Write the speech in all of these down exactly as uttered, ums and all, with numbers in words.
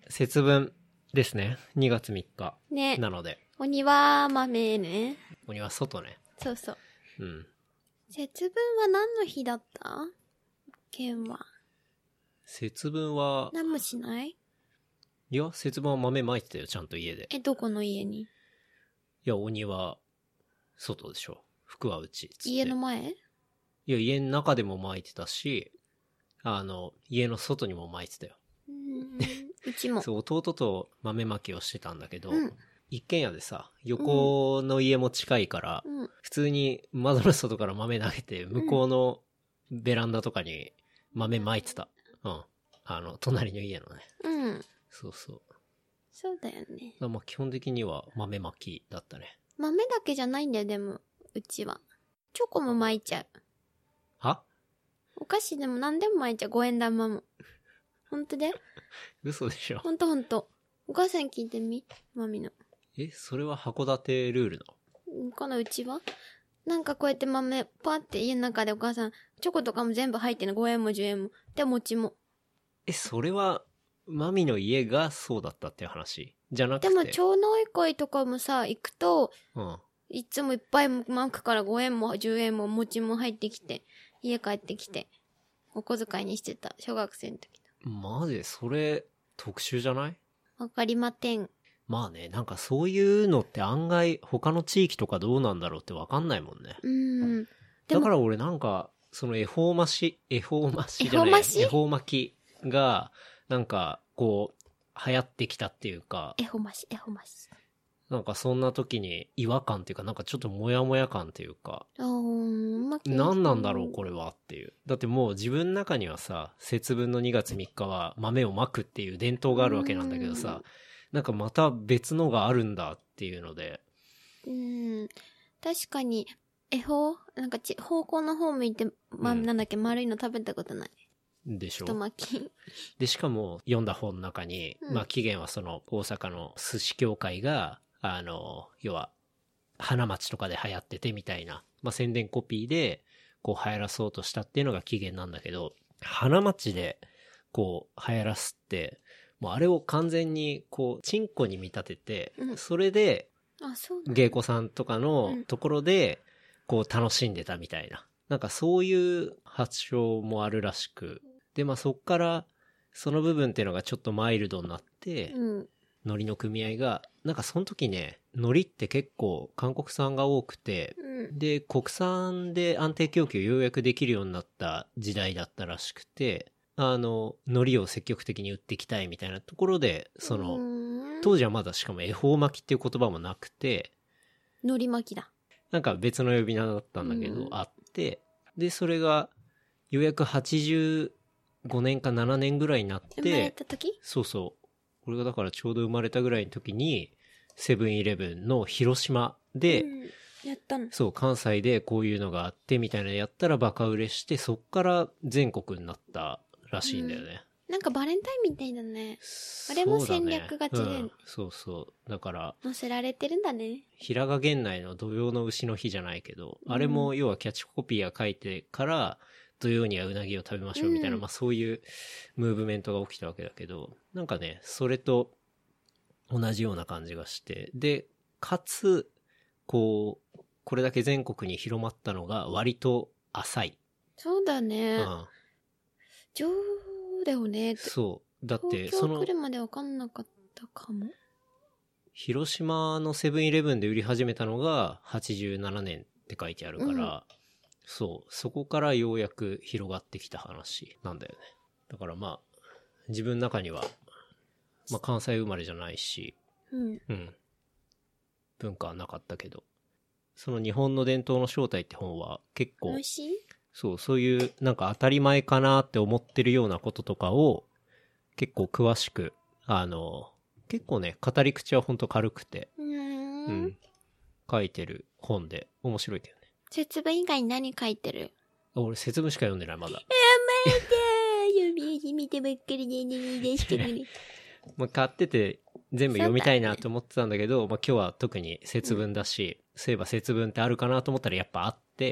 節分ですね。にがつみっか。 ね。 なので。 お庭豆ね。 お庭外ね。 そうそう。 うん。 節分は何の日だった？県は。 節分は、 何もしない？ いや、節分は豆まいてたよ、ちゃんと家で。 え、どこの家に？ いや、お庭、外でしょ。服はうち。 家の前？ いや、家の中でもまいてたし、あの、家の外にもまいてたよ。 うーん。うちも。 そう、弟と豆まきをしてたんだけど、 うん、 一軒家でさ、横の家も近いから、 うん、 普通に窓の外から豆投げて、向こうのベランダとかに豆まいてた。うん。あの、隣の家のね。 うん。 そうそう。 そうだよね。 だまあ基本的には豆まきだったね。 豆だけじゃないんだよ、でも、うちは。チョコも巻いちゃう。 は？ お菓子でも何でも巻いちゃう。五円玉も。ほんとで？ 嘘でしょ。 ほんとほんと。お母さん聞いてみ、マミの。 え、それは函館ルールの？ このうちはなんかこうやって豆、パーって家の中でお母さん、チョコとかも全部入ってるの。ごえんもじゅうえんも。で、餅も。 え、それは、マミの家がそうだったっていう話じゃなくて。 でも、町内会とかもさ、行くと、 うん。 いつもいっぱい巻くからごえんもじゅうえんも餅も入ってきて、家帰ってきて、お小遣いにしてた。小学生の時の。 マジで、それ、特殊じゃない？ わかりまてん。 まあね、なんかそういうのって案外、他の地域とかどうなんだろうってわかんないもんね。 うーん。 だから俺なんか、その恵方巻し、恵方巻しじゃない。 恵方巻し？ 恵方巻きが、なんか、こう、流行ってきたっていうか、 えほまし、えほまし。 なんかそんな時に違和感っていうか、なんかちょっとモヤモヤ感っていうか、 あー、まき。 何なんだろうこれはっていう。だってもう自分の中にはさ、節分のにがつみっかは豆をまくっていう伝統があるわけなんだけどさ、なんかまた別のがあるんだっていうので。 うーん。確かに、恵方なんかち、方向の方向いて、ま、 うん、 なんだっけ、丸いの食べたことない。 でしょ。 太巻き。 で、しかも読んだ本の中に、 うん、 まあ起源はその大阪の寿司協会が、あの、要は、花町とかで流行っててみたいな、まあ宣伝コピーで、こう流行らそうとしたっていうのが起源なんだけど、花町で、こう流行らすって、もうあれを完全に、こう、チンコに見立てて、 うん、 それで、 あ、そうだ。 芸妓さんとかのところで、こう楽しんでたみたいな。なんかそういう発祥もあるらしく。で、まあそっから、その部分っていうのがちょっとマイルドになって、 うん。 海苔の組合が、なんかその時ね、海苔って結構韓国産が多くて、 うん、 で、国産で安定供給をようやくできるようになった時代だったらしくて、あの、海苔を積極的に売っていきたいみたいなところで、その、当時はまだしかも恵方巻きっていう言葉もなくて、 海苔巻きだ。 なんか別の呼び名だったんだけど、 うん、 あって、で、それが、ようやくはちじゅうごねんかななねんぐらいになって、 生まれた時？ そうそう。これがだからちょうど生まれたぐらいの時に、セブンイレブンの広島で、 うん、やったの。 そう、関西でこういうのがあってみたいなのやったらバカ売れして、そっから全国になったらしいんだよね。 うん、なんかバレンタインみたいだね。あれも戦略勝ちで、 うん、そうそう。だから、 載せられてるんだね。 平賀源内の土曜の牛の日じゃないけど、うん、あれも要はキャッチコピーが書いてから、土曜にはうなぎを食べましょうみたいな、うん、まあそういうムーブメントが起きたわけだけど、なんかね、それと同じような感じがして、で、かつ、こう、これだけ全国に広まったのが割と浅い。 そうだね。 うん。 上だよね。 そう。だって、その、 東京来るまで分かんなかったかも。 広島のセブンイレブンで売り始めたのがはちじゅうななねんって書いてあるから、うん、そう。そこからようやく広がってきた話なんだよね。だからまあ、自分の中には、まあ関西生まれじゃないし、 うん。 うん。文化はなかったけど、その日本の伝統の正体って本は結構、 美味しい？ そう、そういうなんか当たり前かなって思ってるようなこととかを結構詳しく、あの、結構ね、語り口はほんと軽くて、 うーん、うん、 書いてる本で面白いけどね。 節分以外に何書いてる？ 俺節分しか読んでないまだ。 あ、まだ読み始めてばっかりでね、出してくれ。 まあ買ってて全部読みたいなと思ってたんだけど、まあ今日は特に節分だし、うん、そういえば節分ってあるかなと思ったらやっぱあって、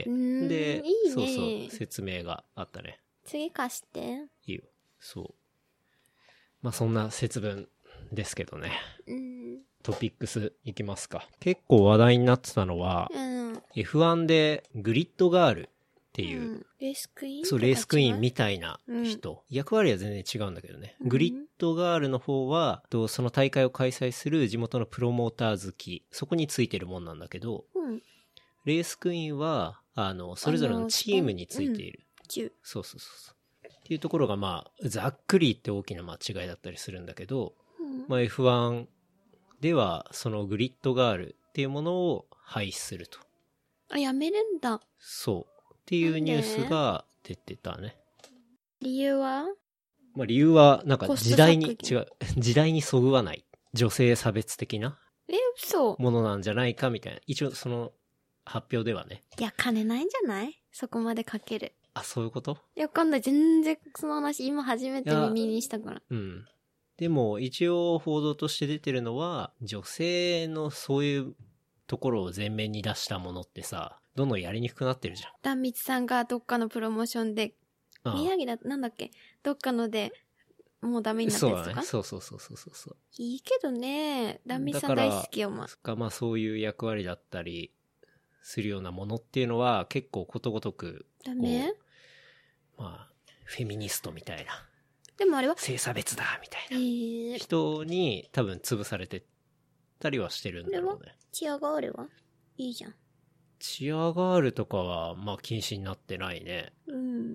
で、 いいね、 そうそう、説明があったね。 次貸して。 いいよ。そう。まあそんな節分ですけどね。 うん。 トピックスいきますか。結構話題になってたのは、 うん。 エフワン でグリッドガールっていう、 うん、レースクイーンそう、レースクイーンみたいな人。 うん、 役割は全然違うんだけどね。 うん、 グリッドガールの方は、その大会を開催する地元のプロモーター好き、そこについてるもんなんだけど、 うん、 レースクイーンは、あの、それぞれのチームについている。 うん、 そうそうそうそう。っていうところがまあ、ざっくり言って大きな間違いだったりするんだけど、 うん、 まあ エフワン では、そのグリッドガールっていうものを廃止すると。 あ、やめるんだ。 そう。っていうニュースが出てたね。 理由は？ まあ理由は、なんか時代に、違う、時代にそぐわない。女性差別的なえ、嘘。 ものなんじゃないかみたいな。一応その発表ではね。 いや、金ないんじゃない？そこまでかける。 あ、そういうこと？ いや、わかんない。全然その話今初めて耳にしたから。 うん。でも一応報道として出てるのは、女性のそういうところを前面に出したものってさ、どんどんやりにくくなってるじゃん。 壇蜜さんがどっかのプロモーションで、 ああ宮城だ、なんだっけ、どっかので、もうダメになったやつとか。 そうだね。そうそうそうそうそう。 いいけどね、壇蜜さん大好きよ、まあ。まあそういう役割だったりするようなものっていうのは結構ことごとく、 ダメ？ まあ、フェミニストみたいな。 でもあれは性差別だみたいな、 えー、 人に多分潰されてたりはしてるんだろうね。 チアガールはいいじゃん。 チアガールとかはまあ禁止になってないね。 うん。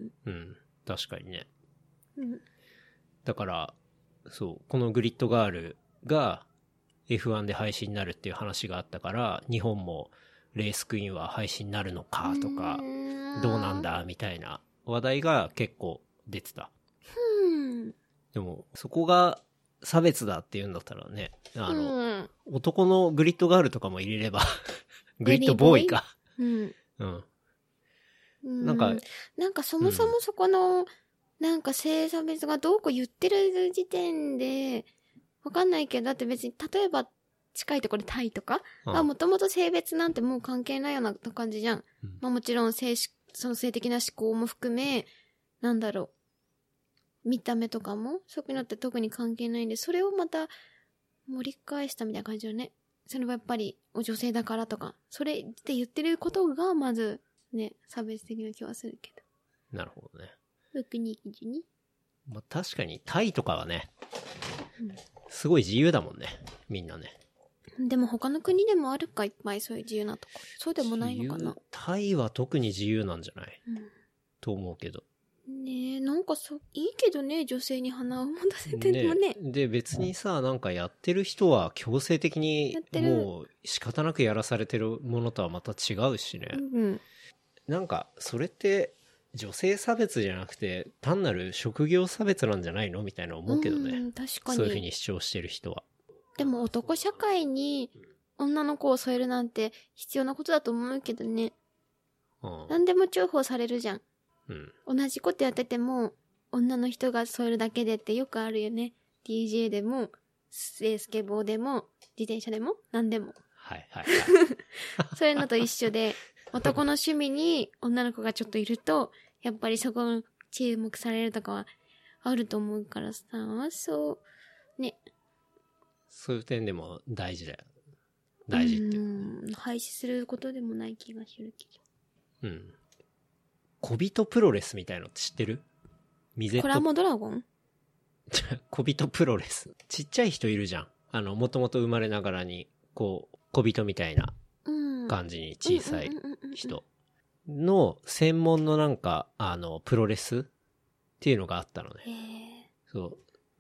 うん。確かにね。 うん。 だから、そう、このグリッドガールが エフワン で廃止になるっていう話があったから、日本もレースクイーンは廃止になるのかとか、どうなんだみたいな話題が結構出てた。でも、そこが差別だって言うんだったらね、あの、うん、男のグリッドガールとかも入れれば、グリッドボーイか。 うん。 うん。なんか、 なんかそもそもそこの、うん、なんか性差別がどうこう言ってる時点で、わかんないけど、だって別に、例えば近いところでタイとか、あ、もともと性別なんてもう関係ないような感じじゃん。うん、まあもちろん性、その性的な思考も含め、なんだろう。見た目とかもそういうのって特に関係ないんで、それをまた盛り返したみたいな感じだね。それはやっぱり女性だからとか、それって言ってることがまずね、差別的な気はするけど。なるほどね。 ろくにいちにまあ確かにタイとかはね、うん、すごい自由だもんね、みんなね。 でも他の国でもあるか、いっぱいそういう自由なとこ。そうでもないのかな。 タイは特に自由なんじゃない、 うん、 と思うけど。 ねえ、なんかそ、いいけどね、女性に鼻を持たせてもね。 ねで、別にさ、なんかやってる人は強制的に、もう仕方なくやらされてるものとはまた違うしね。 うん、 なんか、それって、女性差別じゃなくて、単なる職業差別なんじゃないのみたいな思うけどね。 うん、確かに。 そういうふうに主張してる人は。 でも男社会に女の子を添えるなんて必要なことだと思うけどね。うん、何でも重宝されるじゃん。うん、同じことやってても女の人が添えるだけでってよくあるよね。ディージェー でもスケボーでも自転車でも何でも。 はいはい、はい、 そういうのと一緒で男の趣味に女の子がちょっといるとやっぱりそこに注目されるとかはあると思うからさ、そうね。 そういう点でも大事だよ。大事っていう、 うん、廃止することでもない気がするけど。うん。小人プロレスみたいのって知ってる？ミゼット。 コラモドラゴン？ 小人プロレス。ちっちゃい人いるじゃん。あの、もともと生まれながらに、こう、小人みたいな感じに小さい人の専門のなんか、あの、プロレスっていうのがあったのね。そう。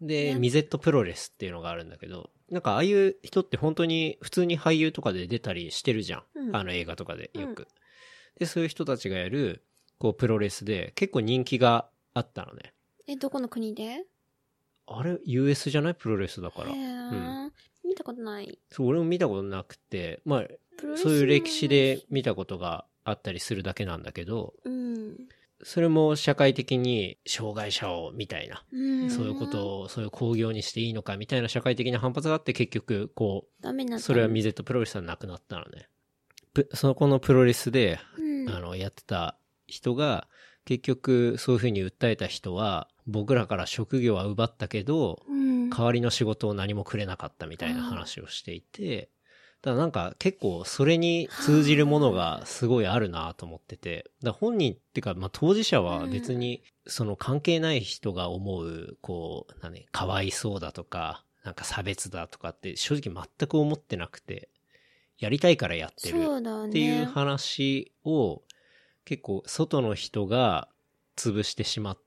で、ミゼットプロレスっていうのがあるんだけど、なんかああいう人って本当に普通に俳優とかで出たりしてるじゃん。うん、あの映画とかでよく、うん。で、そういう人たちがやる、こう、プロレスで結構人気があったのね。 え、どこの国で？ あれ、ユーエス じゃない？プロレスだから。 へー、うん。見たことない。 そう、俺も見たことなくて、まあ、そういう歴史で見たことがあったりするだけなんだけど、 うん、 それも社会的に障害者をみたいな、そういうことをそういう興行にしていいのかみたいな社会的な反発があって結局こうダメなそれはミゼットプロレスはなくなったのね。そのこのプロレスで、うん、あのやってた人が結局そういう風に訴えた人は僕らから職業は奪ったけど、 うん。 代わりの仕事を何もくれなかったみたいな話をしていて、だからなんか結構それに通じるものがすごいあるなと思ってて、だから本人ってか、まあ当事者は別にその関係ない人が思う、こう、何、かわいそうだとか、なんか差別だとかって正直全く思ってなくて、やりたいからやってるっていう話を結構外の人が潰してしまって、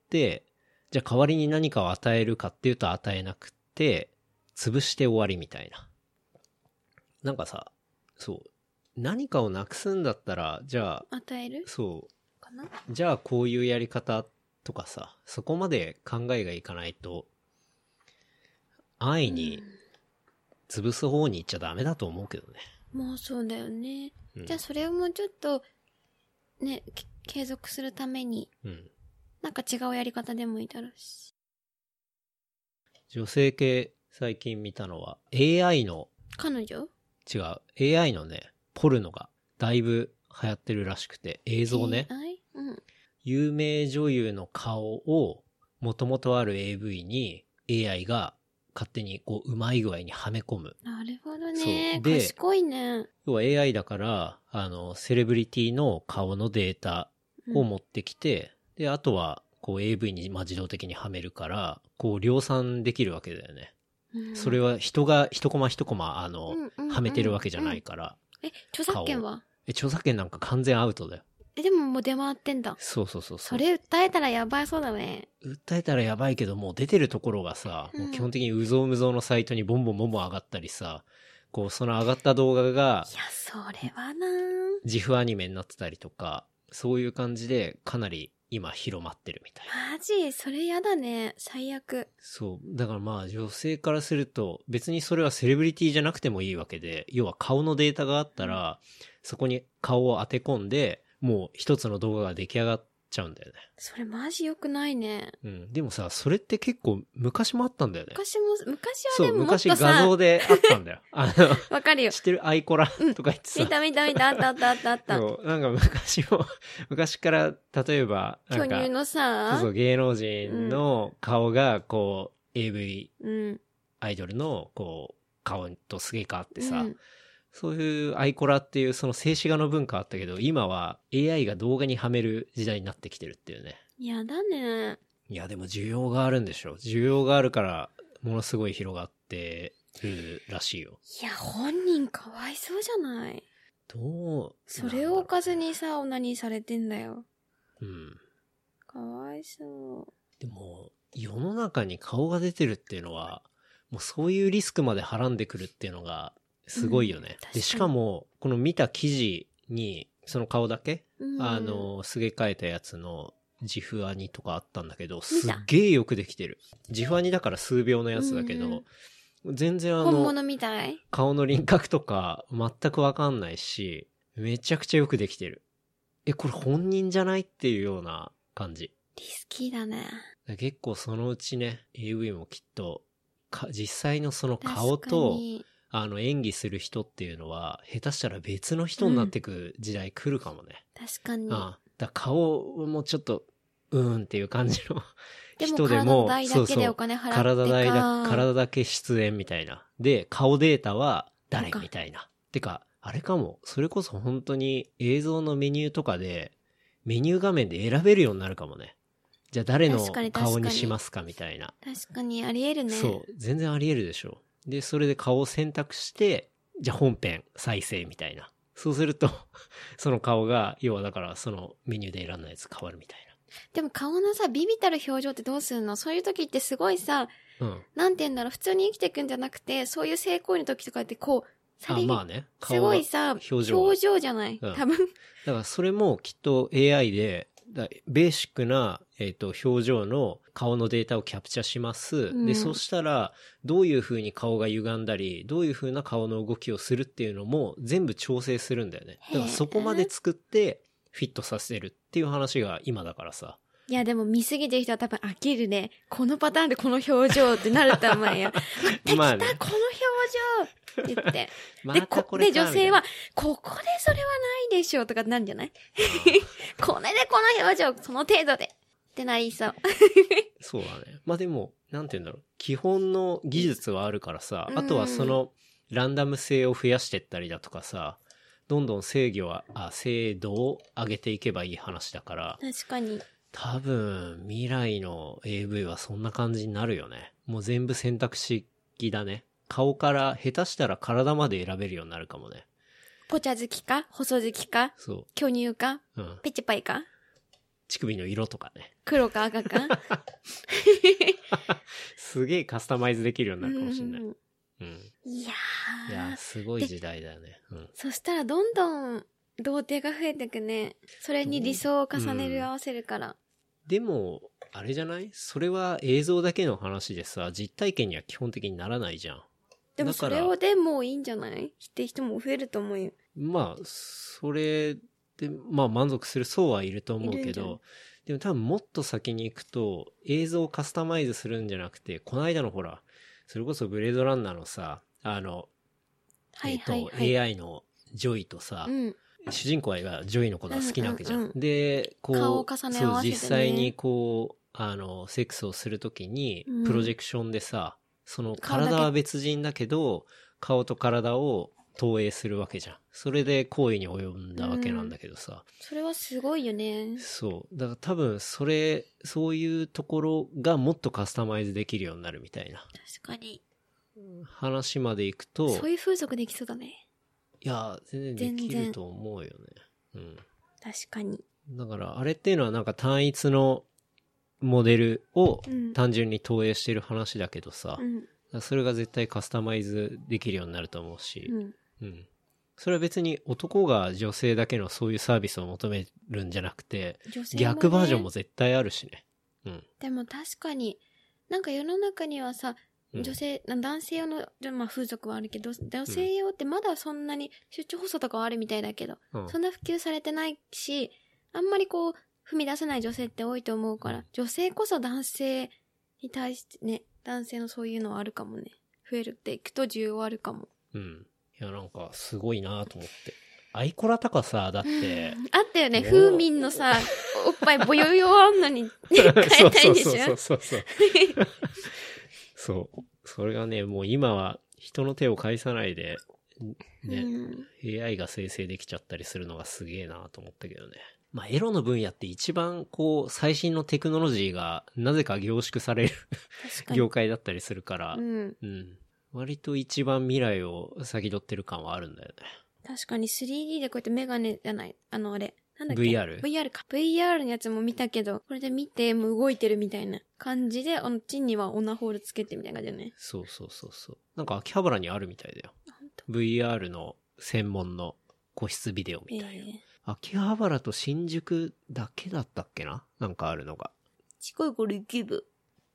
じゃあ代わりに何かを与えるかっていうと与えなくて、潰して終わりみたいな。なんかさ、そう、何かをなくすんだったら、じゃあ、 与えるそうかな。 じゃあこういうやり方とかさ、そこまで考えがいかないと、安易に潰す方に行っちゃダメだと思うけどね。 もうそうだよね。 うん、 じゃあそれをもうちょっと、ね、継続するために、うん、なんか違うやり方でもいいだろうし。 女性系最近見たのは エーアイ の彼女違う エーアイ のねポルノがだいぶ流行ってるらしくて、映像ね、 エーアイ？ うん、 有名女優の顔をもともとある エーブイ に エーアイ が勝手にこううまい具合にはめ込む。 なるほどね。で、賢いね。 要は エーアイ だからあのセレブリティの顔のデータを持ってきて、うん、であとはこう エーブイ にまあ自動的にはめるからこう量産できるわけだよね。うん、それは人が一コマ一コマあの、うんうんうん、はめてるわけじゃないから。 え、著作権は？ え、著作権なんか完全アウトだよ。 え、でももう出回ってんだ。 そうそうそうそう。それ訴えたらやばいそうだね。 訴えたらやばいけど、もう出てるところがさ、うん、もう基本的にうぞうむぞうのサイトにボンボンボンボン上がったりさ、こうその上がった動画が、いや、 それはな自負アニメになってたりとか、そういう感じでかなり今広まってるみたいな。 マジそれやだね。最悪。 そう。だからまあ女性からすると別にそれはセレブリティじゃなくてもいいわけで、要は顔のデータがあったら、うん、そこに顔を当て込んで、もう一つの動画が出来上がっちゃうんだよね。 それマジ良くないね。 うん。でもさ、それって結構昔もあったんだよね。 昔も、昔はでももっとさ、 そう、昔画像であったんだよ。あの、 わかるよ。 知ってるアイコラとか言ってさ。 見た見た見た、あったあったあったあった。 そう、なんか昔も、昔から例えば、なんか、 巨乳のさ、 そうそう、芸能人の顔がこう、うん、エーブイ アイドルのこう、顔とすげえ変わってさ、うん、そういうアイコラっていうその静止画の文化あったけど、今は エーアイ が動画にはめる時代になってきてるっていうね。 やだね。 いやでも需要があるんでしょ。需要があるからものすごい広がってるらしいよ。 いや本人かわいそうじゃない。 どう？ それをおかずにさ、オナニーされてんだよ。 うん。 かわいそう。 でも世の中に顔が出てるっていうのは、もうそういうリスクまではらんでくるっていうのがすごいよね。うん、でしかもこの見た記事にその顔だけ、うん、あのすげ替えたやつの自負アニとかあったんだけど、すっげえよくできてる。自負アニだから数秒のやつだけど、うん、全然あの本物みたい顔の輪郭とか全くわかんないし、めちゃくちゃよくできてる。え、これ本人じゃないっていうような感じ。 リスキーだね。 結構そのうちね エーブイ もきっとか実際のその顔とあの演技する人っていうのは下手したら別の人になってく時代来るかもね。 うん、確かに。 ああだ顔もちょっとうーんっていう感じの人でも、 体だけでお金払ってか、 体代だ体だけ出演みたいな。で顔データは誰みたいな。てかあれかも、それこそ本当に映像のメニューとかでメニュー画面で選べるようになるかもね。じゃあ誰の顔にしますかみたいな。 確かにあり得るね。 そう、全然あり得るでしょ。で、それで顔を選択して、じゃあ本編再生みたいな。そうすると、その顔が、要はだからそのメニューで選んだやつ変わるみたいな。 でも顔のさ、ビビたる表情ってどうするの？そういう時ってすごいさ、うん、なんて言うんだろう、普通に生きていくんじゃなくて、そういう成功の時とかってこう、 さりげ、あ、まあね。 すごいさ、表情。表情じゃない、うん、多分。 だからそれもきっと エーアイ で、だベーシックな、えっと、表情の顔のデータをキャプチャします。うん、で、そしたら、どういう風に顔が歪んだり、どういう風な顔の動きをするっていうのも全部調整するんだよね。だからそこまで作ってフィットさせるっていう話が今だからさ。 いや、でも見すぎてる人は多分飽きるね。このパターンでこの表情ってなると思うよ。まあ、ね、この表情言って。 まで、こ、で、 たこれか女性はみ、 ここでそれはないでしょうとかなんじゃないこれでこの表情、その程度で。ってなりそう。 そうだね。まあでも、なんて言うんだろう。基本の技術はあるからさ、 うんあとはその、ランダム性を増やしてったりだとかさ、どんどん制御は、あ、精度を上げていけばいい話だから、 確かに。 多分、未来の エーブイ はそんな感じになるよね。もう全部選択式だね。顔から、下手したら体まで選べるようになるかもね。 ポチャ好きか細好きかそ巨乳かう。うん。 ペチパイか乳首の色とかね。 黒か赤かすげえカスタマイズできるようになるかもしれない。 うんうん。 いやー。 いやー、すごい時代だよね。うん。 そしたらどんどん童貞が増えてくね。それに理想を重ねる合わせるから。 でも、あれじゃない？それは映像だけの話でさ、実体験には基本的にならないじゃん。 でもそれをでもういいんじゃないって人も増えると思うよ。 まあ、それで、まあ満足する層はいると思うけど、でも多分もっと先に行くと、映像をカスタマイズするんじゃなくて、この間のほら、それこそブレードランナーのさ、あの、 はいはいはい。 えっと、エーアイ のジョイとさ、 うん。 主人公はジョイのことが好きなわけじゃん。 うんうんうんで、こう、 顔を重ね合わせてねそう、実際にこう、あの、セックスをするときにうん、 プロジェクションでさ、その顔だけ体は別人だけど、顔と体を投影するわけじゃん。それで行為に及んだわけなんだけどさ。 それはすごいよね。 そう。だから多分、それ、そういうところがもっとカスタマイズできるようになるみたいな確かに。 話までいくと、 そういう風俗できそうだね。 いや、全然できると思うよね。うん。 確かに。 だから、あれっていうのはなんか単一のモデルをうん単純に投影してる話だけどさ、 うん。 それが絶対カスタマイズできるようになると思うし、 うん。 うん。それは別に男が女性だけのそういうサービスを求めるんじゃなくて、 女性もね逆バージョンも絶対あるしね。うん。 でも確かに、なんか世の中にはさ、 うん女性、な男性用の、まあ風俗はあるけど、女性用ってまだそんなに出張放送とかはあるみたいだけど、 うんそんな普及されてないし、あんまりこう、踏み出せない女性って多いと思うから、女性こそ男性に対してね、男性のそういうのはあるかもね。増えるっていくと需要はあるかも。 うん。いや、なんかすごいなと思って。アイコラとかさ、だって、 あったよね、 もう風民のさ、おっぱいボヨヨあんのに変えたいんでしょそうそうそうそう。そう。それがね、もう今は人の手を介さないで、ね、 うんエーアイ が生成できちゃったりするのがすげえなと思ったけどね。まあ、エロの分野って一番こう、最新のテクノロジーがなぜか凝縮される確かに。 業界だったりするから、 うん。 うん。割と一番未来を先取ってる感はあるんだよね。 確かに スリーディー でこうやってメガネじゃない。あのあれ。なんだっけブイアール？ ブイアール か。ブイアール のやつも見たけど、これで見て、もう動いてるみたいな感じで、あの、チンにはオナホールつけてみたいな感じだよね。 そうそうそうそう。なんか秋葉原にあるみたいだよ。 ほんと。 ブイアール の専門の個室ビデオみたいな。 ええ秋葉原と新宿だけだったっけななんかあるのが。 近いから行けば。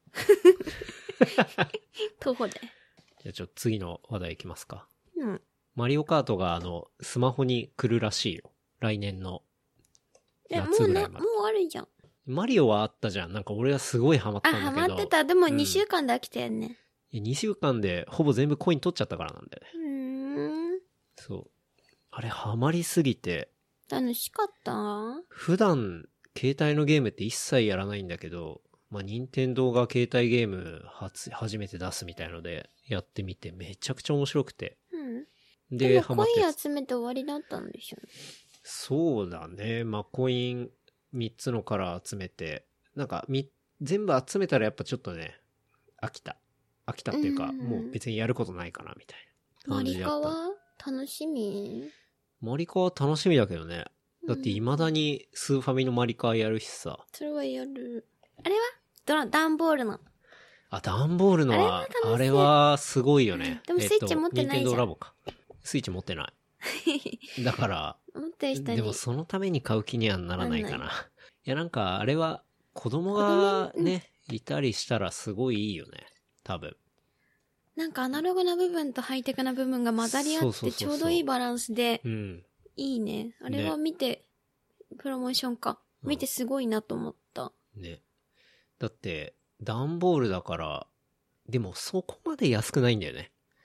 徒歩で。 じゃあちょっと次の話題いきますか。 うん。 マリオカートがあの、スマホに来るらしいよ。来年のえ、もうな、 夏ぐらいまで。 もうあるじゃん。 マリオはあったじゃん。なんか俺はすごいハマったあ、 んだけど。 ハマってた。でもうんにしゅうかんで飽きたよね。 いやにしゅうかんでほぼ全部コイン取っちゃったからなんだよね。 うーん。 そう。あれハマりすぎて、 楽しかった普段携帯のゲームって一切やらないんだけど、まあ、任天堂が携帯ゲーム初、初めて出すみたいのでやってみてめちゃくちゃ面白くて。 うん。 で、 でもコハマってイン集めて終わりだったんでしょ。 そうだね。まあ、コインみっつのカラー集めて、なんかみ、全部集めたらやっぱちょっとね、飽きた。飽きたっていうか、 うんもう別にやることないかなみたいなマリ感じだった。 カは楽しみマリカは楽しみだけどね。だって未だにスーファミのマリカやるしさ。 それはやる。あれはドラ、ダンボールの。 あ、ダンボールのは、 あれは楽しいあれはすごいよね。 でもスイッチ持ってないじゃんえっと、ニンテンドーラボか。スイッチ持ってない。だから、 持ってる人に。 でもそのために買う気にはならないかなんな。いやなんかあれは子供がね、いたりしたらすごいいいよね。多分。 なんかアナログな部分とハイテクな部分が混ざり合ってそうそうそうそうちょうどいいバランスでう、ん。 いいね。あれは見て、プロモーションか。見てすごいなと思った。 ね。だって、段ボールだから、でもそこまで安くないんだよね。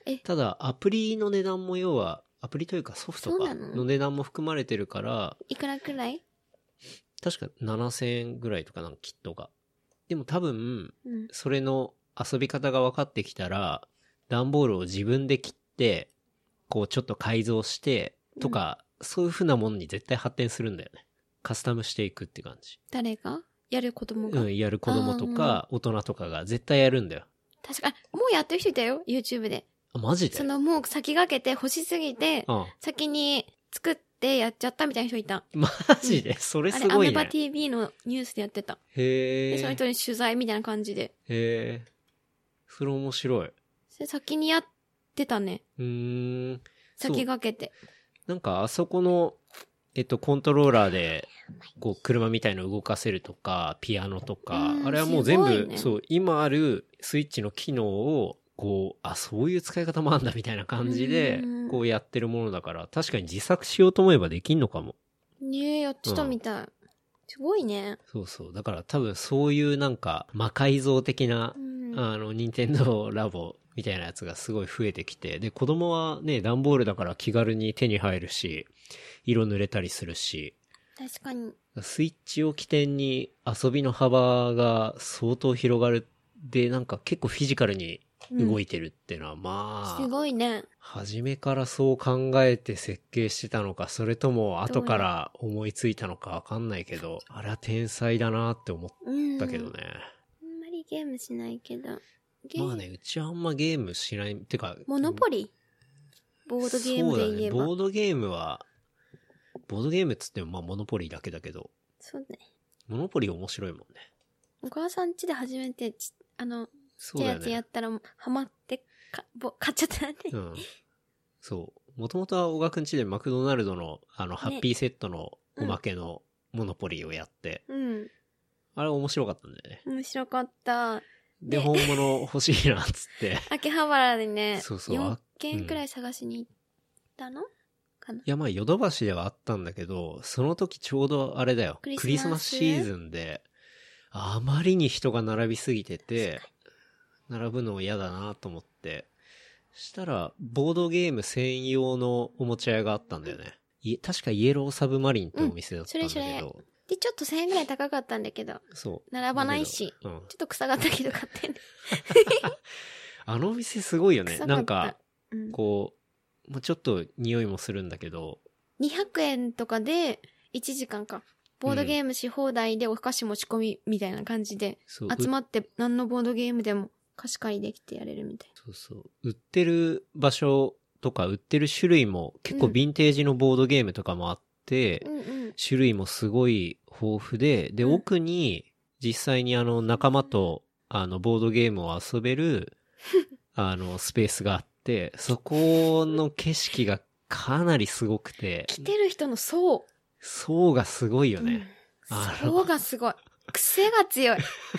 え、 ただ、アプリの値段も要は、アプリというかソフトかそうなのの値段も含まれてるから、 いくらくらい？ 確かななせんえんぐらいとかなんかキットが。でも多分、 うん。 それの遊び方が分かってきたら、段ボールを自分で切って、こうちょっと改造して、とか、そういう風なものに絶対発展するんだよね。カスタムしていくって感じ。 誰がやる子供が、 うん、やる子供とか、大人とかが絶対やるんだよ。 確か、あ、もうやってる人いたよ、YouTube で。 あ、マジで？ そのもう先駆けて欲しすぎて、 うん。 先に作ってやっちゃったみたいな人いた。 マジで、それあれ、アすごいね。 メバ ティーブイ のニュースでやってた。 へで、そのえ。 人に取材みたいな感じで。 へえ。それ面白い。 それ先にやってたね。 うーん。 先駆けて。 なんかあそこの、えっと、コントローラーで、こう、車みたいの動かせるとか、ピアノとか、 うんあれはもう全部、 すごいねそう、今あるスイッチの機能を、こう、あ、そういう使い方もあんだみたいな感じでうん、 こうやってるものだから、確かに自作しようと思えばできんのかも。 ねえ、やってたみたい。すごいね。 そうそう。だから多分そういうなんか、魔改造的なう、ん。 あの、任天堂ラボみたいなやつがすごい増えてきて、で、子供はね、段ボールだから気軽に手に入るし、色塗れたりするし、 確かに。 スイッチを起点に遊びの幅が相当広がる。で、なんか結構フィジカルに動いてるっていうのは、まあ、 すごいね。 初めからそう考えて設計してたのか、それとも後から思いついたのかわかんないけど、あれは天才だなって思っうん。 たけどね。 あんまりゲームしないけど。ゲームまあね、うちはあんまゲームしない、てか、 モノポリボードゲームで言えば。 そうだね、ボードゲームは、ボードゲームっつってもまあモノポリだけだけど、 そうね。 モノポリ面白いもんね。 お母さん家で初めてち、あの、 そうだよねやつやっ。たら、ハマってか、ぼ、買っちゃったね。 うん。そう。もともとは小川くん家でマクドナルドの、あの、ハッピーセットのおまけのモノポリをやって、 うん。 あれ面白かったんだよね。 面白かった。 で、 ね本物欲しいな、っつって。 秋葉原でね、 そうそうよんけんくらい探しに行ったの、かな。 いや、まあ、ヨドバシではあったんだけど、その時ちょうどあれだよ。 クリスマスクリスマスシーズンで、あまりに人が並びすぎてて、並ぶの嫌だなと思って、したら、ボードゲーム専用のおもちゃ屋があったんだよね。い確かイエローサブマリンってお店だったんだけど、 うんそれそで、ちょっとせんえんくらい高かったんだけど、 そう。 並ばないし、 だけどうん。 ちょっと臭かったけど買ってんあのお店すごいよね。 臭かったなんか、 うん、 こう、まあちょっと匂いもするんだけど、 にひゃくえんとかでいちじかんか。ボードゲームし放題でお菓子持ち込みみたいな感じで、 そう集まって何のボードゲームでも貸し借りできてやれるみたいな。 そうそう。売ってる場所とか売ってる種類も結構ヴィンテージのボードゲームとかもあって、 うんうん。 種類もすごい豊富で、で、 うん奥に実際にあの仲間とあのボードゲームを遊べるあのスペースがあって、そこの景色がかなりすごくて、 来てる人の層。 層がすごいよね。 うんあの層がすごい。癖が強い。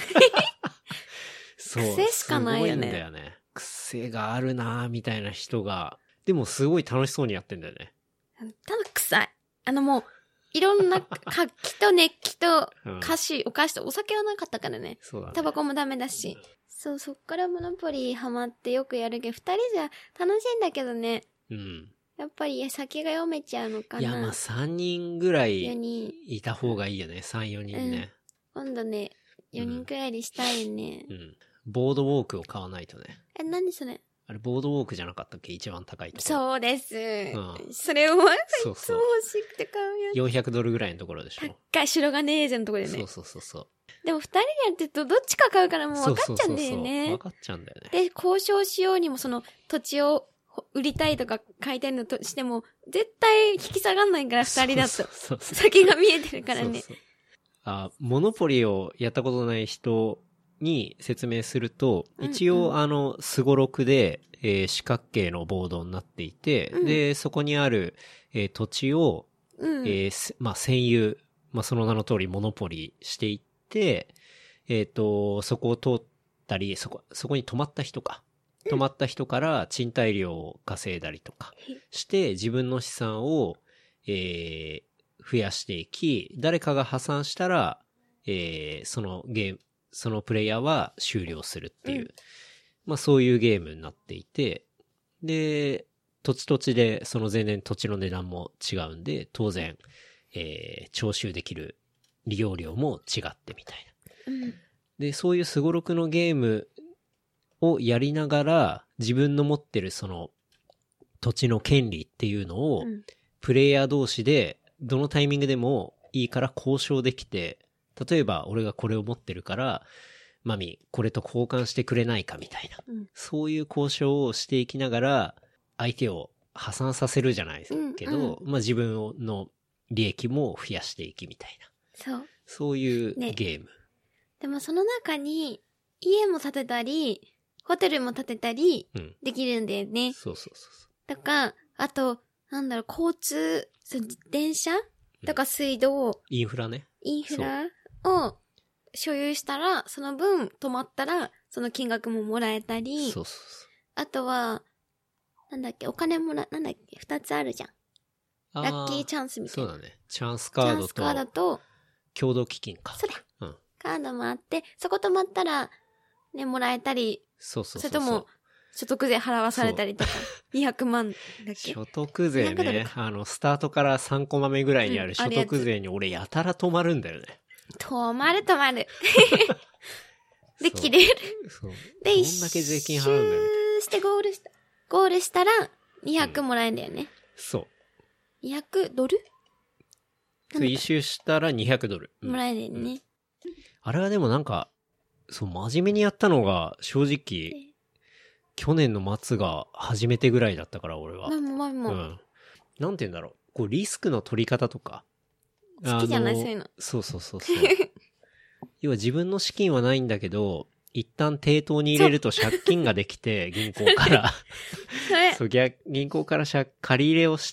そう。 癖しかないよねすごいんだよね。癖があるなぁみたいな人が、でもすごい楽しそうにやってんだよね。 ただ臭い。あのもう、いろんな活気と熱気とうん菓子、お菓子とお酒はなかったからね。 そうだね。 タバコもダメだし。そう、そっからモノポリーハマってよくやるけど、二人じゃ楽しいんだけどね。 うん。 やっぱり先が読めちゃうのかな。 いや、まあさんにんぐらいよにん。 いた方がいいよね。さん、よにんね。 今度ね、よにんくらいでしたいねう。ん。ボードウォークを買わないとね。 え、何それ？ あれ、ボードウォークじゃなかったっけ？一番高いところ。 そうです。 んそれを、いそうそうつも欲しくて買うやよんひゃくドルぐらいのところでしょ。 つ。高い白金エージェのとこでね。 そうそうそうそう。 でも二人でやってるとどっちか買うからもう分かっちゃうんだよそうそうそうそうね分。かっちゃうんだよね。 で、交渉しようにもその土地を売りたいとか買いたいのとしても、絶対引き下がんないから二人だと。 そうそうそう先が見えてるからね。 そうそうあ、モノポリをやったことない人に説明すると、 うんうん一応あの、スゴロクで、えー四角形のボードになっていて、 うんで、そこにある、えー土地を、 うん。 えーすまあ、占有、まあ、その名の通りモノポリしていって、えっ、と、そこを通ったり、そこ、そこに泊まった人か。泊まった人から賃貸料を稼いだりとかして、自分の資産を、えー増やしていき、誰かが破産したら、えーそのゲーム、そのプレイヤーは終了するっていう、 うんまあそういうゲームになっていて、 で、土地土地でその前年土地の値段も違うんで、当然、えー、徴収できる利用料も違ってみたいな。 うん。 で、そういうスゴロクのゲームをやりながら、自分の持ってるその土地の権利っていうのを、 うん。 プレイヤー同士でどのタイミングでもいいから交渉できて、例えば俺がこれを持ってるから、マミ、これと交換してくれないかみたいな。 うん。 そういう交渉をしていきながら、相手を破産させるじゃないですけど、 うんまあ自分の利益も増やしていきみたいな。 そう。 そういうねゲーム。 でもその中に、家も建てたり、ホテルも建てたり、 うん。 できるんだよね。 そうそうそうそとか、あと、なんだろう、交通、そう電車とか水道、 う。インフラね。 インフラを所有したら、その分止まったら、その金額ももらえたり、 そうそうそあとは、なんだっけ、お金もら、なんだっけ、二つあるじゃん。 う。あラッキーチャンスみたいな。 そうだね。チャンスカチードャンスカードとと、 共同基金か。 そうだ、 うん。 カードもあって、そこ止まったら、ね、もらえたり、 そうそうそう。 それとも、所得税払わされたりとか、にひゃくまんだっけ。 所得税にひゃくドルね。あの、スタートからさんコマ目ぐらいにあうんる所得税に俺やたら止まるんだよね。 止まる止まる。で、 そう切れる。 そう。 で、 ど一んだけ税金周払うんだよみたいな。 してゴールした。ゴールしたら、にひゃくもらえんだよね。 そう。 にひゃくドルそう一周したらにひゃくドル。うんもらえるよね。 あれはでもなんか、そう、真面目にやったのが、正直、去年の末が初めてぐらいだったから、俺は。 まあもうまあうもう、 ん。なんて言うんだろう。こう、リスクの取り方とか。 好きじゃないあのそういうの。 そうそうそうそう。要は自分の資金はないんだけど、一旦抵当に入れると借金ができて、銀行から。 それ、 そう、逆、銀行から借借り入れをして、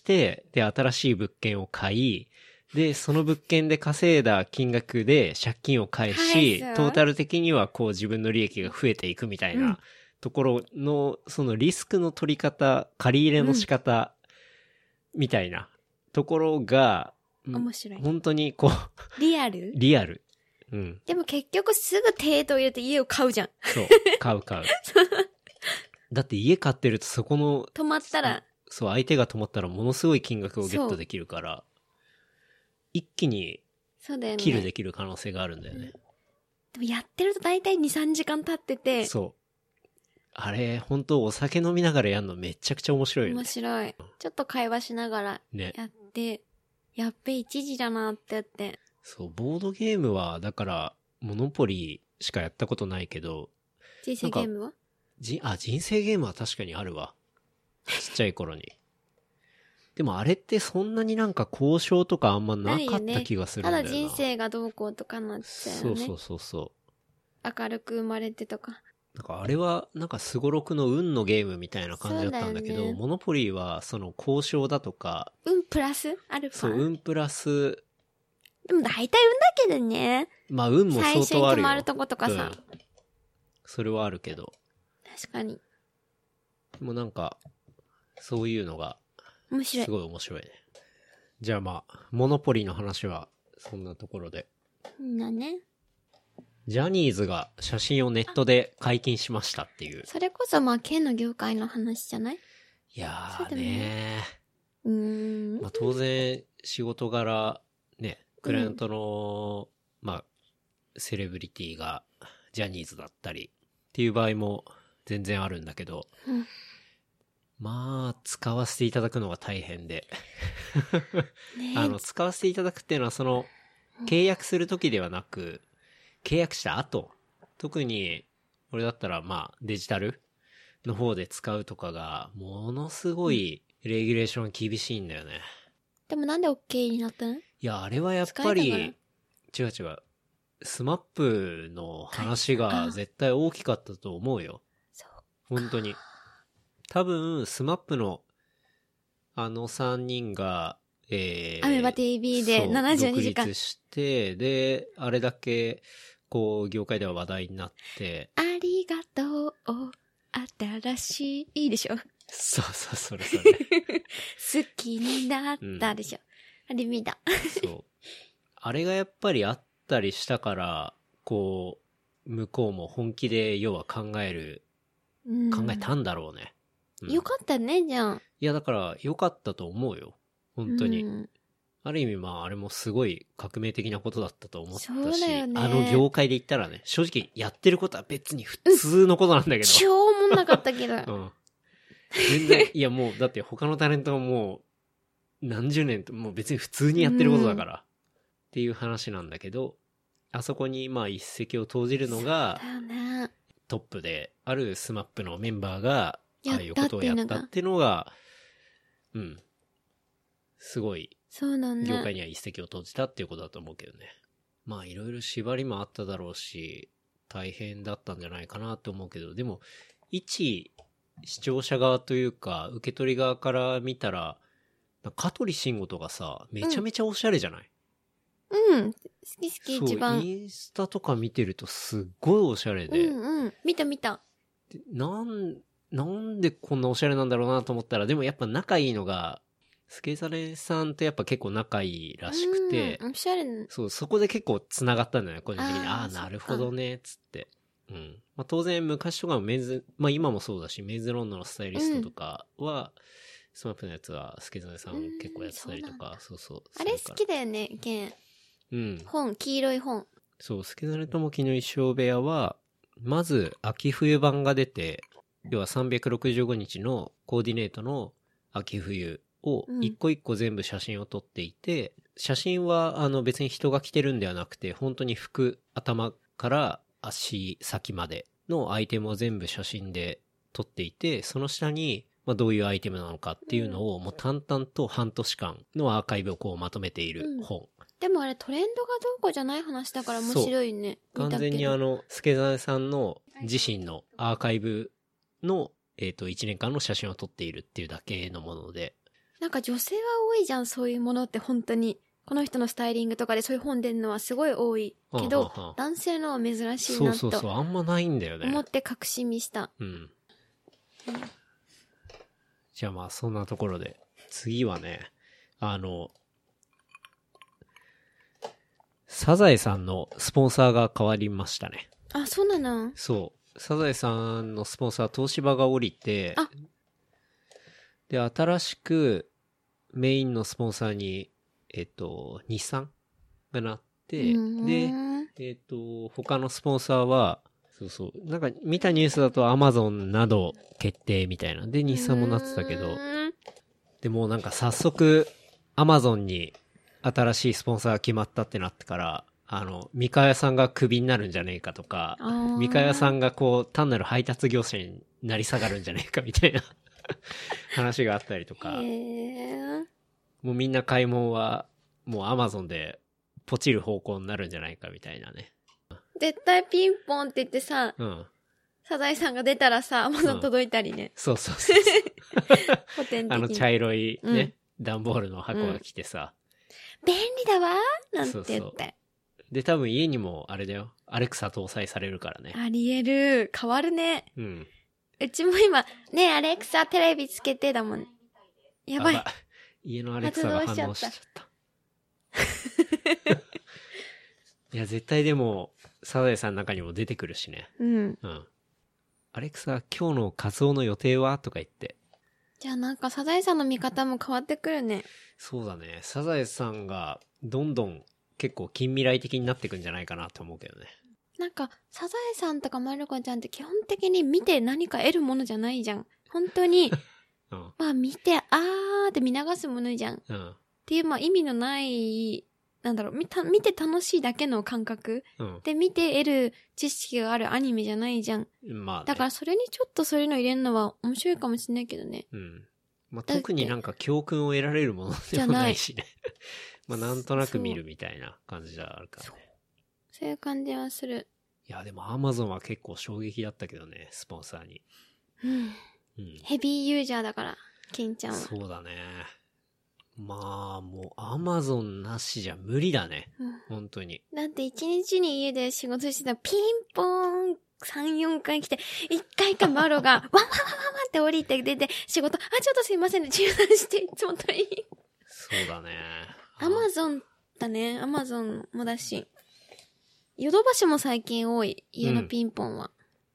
で、新しい物件を買い、で、その物件で稼いだ金額で借金を返し、 返すトータル的にはこう自分の利益が増えていくみたいうんなところの、そのリスクの取り方、借り入れの仕方、みたいなところが、 面白い。 本当にこう、 リアルリアル。うん。 でも結局すぐ抵当入れて家を買うじゃん。 そう。買う買う。だって家買ってるとそこの、 止まったら、 そう、相手が止まったらものすごい金額をゲットできるから、一気にそうだよね。 キルできる可能性があるんだよね。 でもやってると大体に、さんじかん経ってて、 そう。あれ、本当お酒飲みながらやるのめちゃくちゃ面白いよ面ね。 白い。ちょっと会話しながらね。 やって、やっべ、いちじだなってやって。 そう、ボードゲームは、だから、モノポリーしかやったことないけど、 人生ゲームはじ、あ、人生ゲームは確かにあるわ。ちっちゃい頃に。でもあれってそんなになんか交渉とかあんまなかった気がするんだよな。 ただ人生がどうこうとかなっちゃうよね。 そうそうそうそう。 明るく生まれてとか。 なんかあれは、なんかスゴロクの運のゲームみたいな感じだったんだけど、 そうだよねモノポリーはその交渉だとか、 運プラスアルファ。 そう、運プラス、 でも大体運だけどね。 まあ運も最初相当あるよ。 に決まるとことかさ。 うんそれはあるけど。 確かに。 でもなんか、そういうのが、 面白い。 すごい面白いね。じゃあまあ、モノポリーの話は、そんなところで。 なね。 ジャニーズが写真をネットで解禁しましたっていう。 それこそまあ、県の業界の話じゃないいやーそうでもないねうーん。 まあ当然、仕事柄、ね、クライアントの、まあ、セレブリティがジャニーズだったりっていう場合も全然あるんだけど、 うんまあ、使わせていただくのが大変で。 ねあの、使わせていただくっていうのは、その、契約するときではなく、契約した後、特に、俺だったら、まあ、デジタルの方で使うとかが、ものすごい、レギュレーション厳しいんだよね。 でもなんで OK になったのいや、あれはやっぱ使えり、違う違う。スマップの話が絶対大きかったと思うよ。 そう。 本当に。多分、スマップの、あのさんにんが、えー、 アメバ ティーブイ でそうななじゅうにじかん独立して、で、あれだけ、こう、業界では話題になって、 ありがとう、新しい、いいでしょそうそう、それそれ。 好きになったでしょ、あれ見た。 そう。あれがやっぱりあったりしたから、こう、向こうも本気で要は考える、 うん考えたんだろうね。 うん、 よかったね、じゃあ。 いや、だから良かったと思うよ。本当に。 うん、 ある意味まああれもすごい革命的なことだったと思ったし、 そうだよね、 あの業界で言ったらね、正直やってることは別に普通のことなんだけど。 超おもんなかったけど。 うん。全然、いやもうだって他のタレントはもう何十年ともう別に普通にやってることだから、うん、っていう話なんだけど、あそこにまあ一石を投じるのが、 ね、 トップであるスマップのメンバーが、ああいうことをやったっていうのが、うん。すごい、 そうなんだ。 業界には一石を投じたっていうことだと思うけどね。まあいろいろ縛りもあっただろうし、大変だったんじゃないかなと思うけど、でも、一視聴者側というか、受け取り側から見たら、香取慎吾とかさ、めちゃめちゃおしゃれじゃない？ うん、うん、好き好き一番。 そう、インスタとか見てるとすっごいおしゃれで。 うんうん、見た見た。 なん、なんでこんなおしゃれなんだろうなと思ったら、でもやっぱ仲いいのが、スケザレさんとやっぱ結構仲いいらしくて、 うん、おしゃれな。 そう、そこで結構繋がったんだよね、個人的に。ああ、なるほどね、つって。うん。まあ当然昔とかもメンズ、まあ今もそうだし、メンズロンドのスタイリストとかは、うん、スマップのやつはスケザレさん結構やってたりとか、そうそう。 あれ好きだよね、ケン。 うん。 本、黄色い本。 そう、スケザレともきの衣装部屋は、まず秋冬版が出て、要はさんびゃくろくじゅうごにちのコーディネートの秋冬を一個一個全部写真を撮っていて、うん、写真はあの別に人が着てるんではなくて、本当に服、頭から足先までのアイテムを全部写真で撮っていて、その下にまあどういうアイテムなのかっていうのをもう淡々と半年間のアーカイブをこうまとめている本。うん、 でもあれトレンドがどうこうじゃない話だから面白いね。 完全にあの、スケザネさんの自身のアーカイブの、えっと、いちねんかんの写真を撮っているっていうだけのもので。 なんか女性は多いじゃん、そういうものって本当に。この人のスタイリングとかでそういう本出るのはすごい多いけど、はあはあ、男性のは珍しいなと。 そうそうそう、あんまないんだよね。 思って確信見した。 うん。うん、じゃあまあそんなところで、次はね、あの、サザエさんのスポンサーが変わりましたね。 あ、そうなの？ そう。サザエさんのスポンサー、東芝が降りて、 あ、 で、新しくメインのスポンサーに、えっと、日産がなって、で、えっと、他のスポンサーは、そうそう、なんか見たニュースだとアマゾンなど決定みたいな。で、日産もなってたけど、でもなんか早速、アマゾンに新しいスポンサーが決まったってなってから、あの、三河屋さんがクビになるんじゃねえかとか、三河屋さんがこう、単なる配達業者になり下がるんじゃねえかみたいな話があったりとか、もうみんな買い物は、もうアマゾンでポチる方向になるんじゃないかみたいなね。 絶対ピンポンって言ってさ、 うん。 サザエさんが出たらさ、アマゾン届いたりね。うん、 そうそうそう古典的に。 あの茶色いね、うん、段ボールの箱が来てさ、 うん、便利だわーなんて言って。そうそうで、多分家にもあれだよ。アレクサ搭載されるからね。 ありえる。変わるね。 うん。 うちも今、ねえ、アレクサテレビつけてだもん。やばい。 家のアレクサが反応しちゃった。いや、絶対でも、サザエさんの中にも出てくるしね。 うん。 うん。アレクサ、今日のカツオの予定はとか言って。 じゃあなんかサザエさんの見方も変わってくるね。 そうだね。サザエさんが、どんどん、結構近未来的になってくんじゃないかなと思うけどね。 なんか、サザエさんとかまる子ちゃんって基本的に見て何か得るものじゃないじゃん。本当に、うん、まあ見て、あーって見流すものじゃん。うん、っていう、まあ意味のない、なんだろう、見た、見て楽しいだけの感覚、うん、で見て得る知識があるアニメじゃないじゃん。まあ、ね、だからそれにちょっとそういうの入れるのは面白いかもしれないけどね。 うん。まあ、特になんか教訓を得られるものでもないしね。まあなんとなく見るみたいな感じであるからね。 そ, そういう感じはする。 いやでもアマゾンは結構衝撃だったけどね、スポンサーに。 うん。うん、ヘビーユーザーだから、金ちゃんは。 そうだね。まあもうアマゾンなしじゃ無理だね。うん、本当に。 だって一日に家で仕事してたらピンポーンさん、よんかい来て、いっかいかマロがワンワンワンワンって降りて出て仕事、あ、ちょっとすいませんね、中断していつもといい。 そうだね。 アマゾンだね。アマゾンもだし。ヨドバシも最近多い。家のピンポンは。 うん、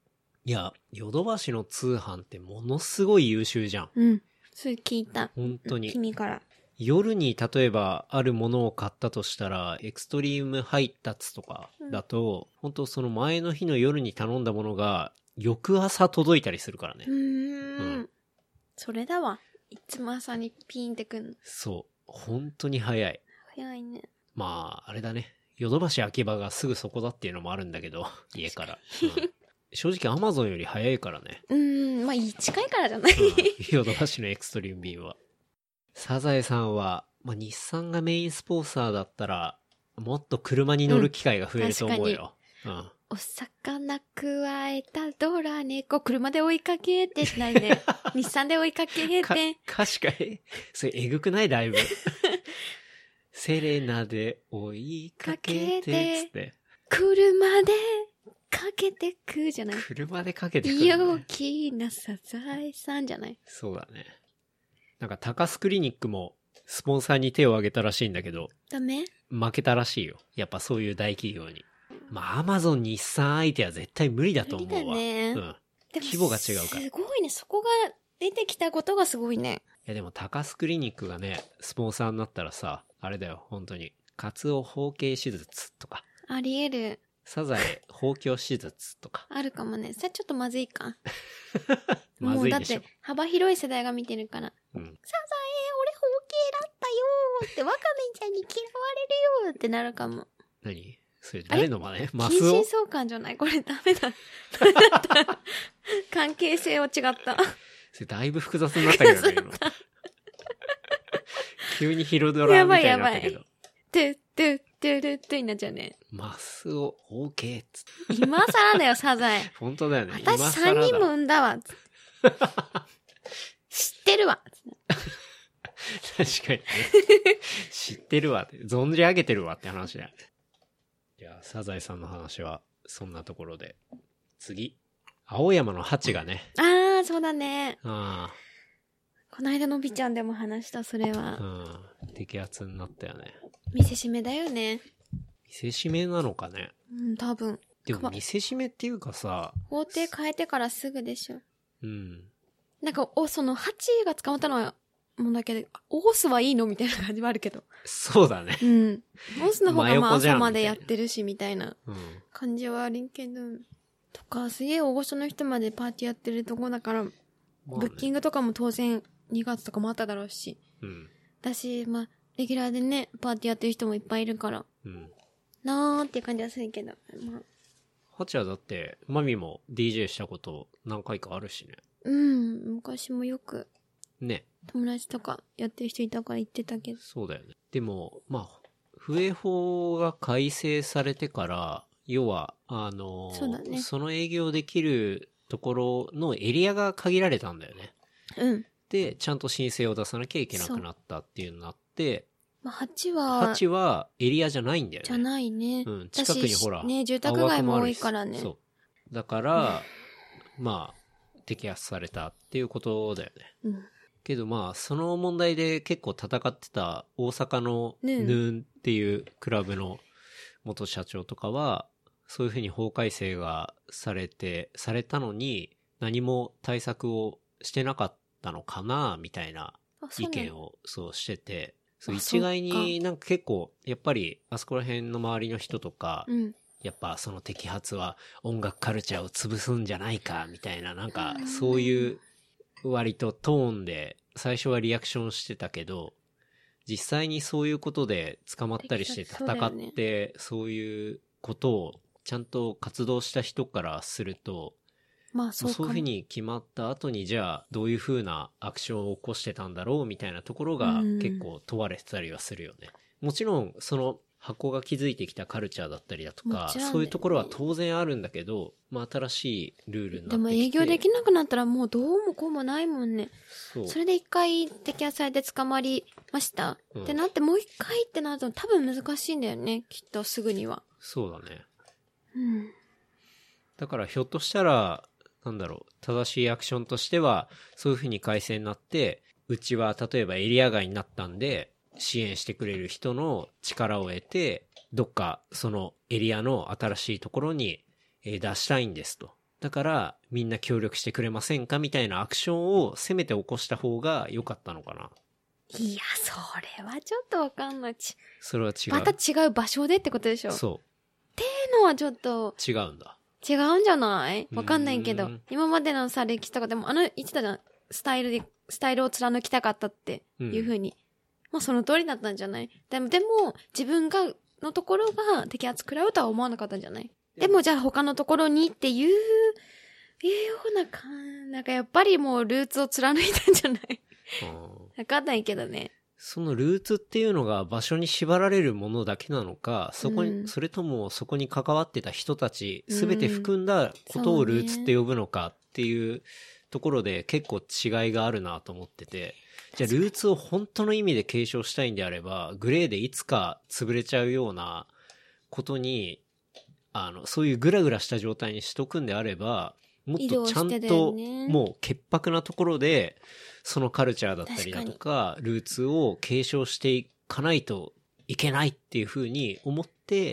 いや、ヨドバシの通販ってものすごい優秀じゃん。 うん。それ聞いた。 本当に。 君から。 夜に例えばあるものを買ったとしたら、エクストリーム配達とかだと、うん、本当その前の日の夜に頼んだものが、翌朝届いたりするからね。 うーん。うん、それだわ。いつも朝にピーンってくんの。 そう。本当に早い。 早いね。 まあ、あれだね。ヨドバシ秋葉がすぐそこだっていうのもあるんだけど、家から。うん、正直アマゾンより早いからね。 うーん、まあ近いからじゃない、うん、 ヨドバシのエクストリームビームは。サザエさんは、まあ、日産がメインスポンサーだったら、もっと車に乗る機会が増えると思うよ。うん。うん、 お魚くわえたドラ猫、車で追いかけてってないね。日産で追いかけて。 か、確かに。それえぐくないだいぶ。セレナで追いかけて、つって。 車でかけてくじゃない。 車でかけてく、ね。 陽気なサザエさんじゃない。 そうだね。なんか高須クリニックもスポンサーに手を挙げたらしいんだけど。 ダメ？ 負けたらしいよ。やっぱそういう大企業に。まあアマゾン日産相手は絶対無理だと思うわ。 無理だね。 うん。規模が違うから。 すごいね。そこが出てきたことがすごいね。 いやでも高須クリニックがね、スポンサーになったらさ、あれだよ、本当に。カツオ包茎手術とか。 あり得る。 サザエ包協手術とか。 あるかもね。それちょっとまずいか。 まずいでしょ。 もうだって幅広い世代が見てるから。うん、サザエ、俺包茎だったよーって、ワカメちゃんに嫌われるよーってなるかも。 何それ誰の真似？マスオ？ 近親相関じゃない？これダメだ。ダメだった。関係性は違った。 それだいぶ複雑になったけどね、今。急にヒロドラみたいになったけど。やばいやばい。 トゥットゥットゥルットゥになっちゃうね。 マスオ、オーケーっつって。今更だよ、サザエ。 本当だよね。 私さんにんも産んだわ。知ってるわ。 確かにね。知ってるわって。存じ上げてるわって話だよね。じゃあ、サザエさんの話は、そんなところで。次。青山のハチがね。 ああ、そうだね。 ああ。 この間のびちゃんでも話した、それは。 うん。摘発になったよね。 見せしめだよね。 見せしめなのかね。 うん、多分。 でも見せしめっていうかさ。 法廷変えてからすぐでしょ。 うん。 なんか、お、その、ハチが捕まったのは、もうだけど、オースはいいのみたいな感じはあるけど。 そうだね。 うん。オースの方がまあ朝までやってるし、みたいな感じはあるけど。とか、すげえ大御所の人までパーティーやってるとこだから、まあね、ブッキングとかも当然にがつとかもあっただろうし。うん。だし、まあ、レギュラーでね、パーティーやってる人もいっぱいいるから。うん。なーっていう感じはするけど。まあ。 ハチはだって、マミも ディージェー したこと何回かあるしね。 うん、昔もよく。 ね。 友達とかやってる人いたから言ってたけど。 そうだよね。でも、まあ、笛法が改正されてから、要は、あの、 そうだね、 その営業できるところのエリアが限られたんだよね。 うん。 で、ちゃんと申請を出さなきゃいけなくなったっていうのになって、 まあ、はちは、 はちはエリアじゃないんだよね。 じゃないね。 うん、近くにほら。 ね、住宅街も多いからね。 そう。だから、まあ、摘発されたっていうことだよね。うん。けどまあ、その問題で結構戦ってた大阪のヌーンっていうクラブの元社長とかは、そういうふうに法改正がされて、されたのに何も対策をしてなかったのかな、みたいな意見をそうしてて、そう一概になんか結構、やっぱりあそこら辺の周りの人とか、うん、やっぱその摘発は音楽カルチャーを潰すんじゃないか、みたいな、なんかそういう割とトーンで最初はリアクションしてたけど、実際にそういうことで捕まったりして戦って、そういうことをちゃんと活動した人からすると、まあそうそういうふうに決まった後にじゃあどういうふうなアクションを起こしてたんだろうみたいなところが結構問われてたりはするよね。もちろんその箱が築いてきたカルチャーだったりだとか、ね、そういうところは当然あるんだけど、まあ新しいルールになってきて。 でも営業できなくなったらもうどうもこうもないもんね。そう。それで一回摘発されて捕まりました、うん、ってなってもう一回ってなると多分難しいんだよね、きっとすぐには。 そうだね。 うん。 だからひょっとしたらなんだろう、正しいアクションとしてはそういうふうに改正になって、うちは例えばエリア外になったんで支援してくれる人の力を得て、どっかそのエリアの新しいところに出したいんですと。 だからみんな協力してくれませんかみたいなアクションをせめて起こした方が良かったのかな。 いや、それはちょっとわかんない。 それは違う。 また違う場所でってことでしょ。 そう。 っていうのはちょっと。 違うんだ。 違うんじゃないわかんないけど。 うん、 今までのさ、歴史とかでも、あの、言ってたじゃん。スタイルで、スタイルを貫きたかったっていう風に。うん、まあその通りだったんじゃない？でも、でも、自分が、のところが摘発食らうとは思わなかったんじゃない？でもじゃあ他のところにっていう、いうようなか、なんかやっぱりもうルーツを貫いたんじゃないわかんないけどね。 そのルーツっていうのが場所に縛られるものだけなのか、そこに、うん、それともそこに関わってた人たち、すべて含んだことをルーツって呼ぶのかっていうところで結構違いがあるなと思ってて、じゃあルーツを本当の意味で継承したいんであれば、グレーでいつか潰れちゃうようなことに、あの、そういうグラグラした状態にしとくんであれば、もっとちゃんと、もう潔白なところで、そのカルチャーだったりだとか、ルーツを継承していかないといけないっていうふうに思って、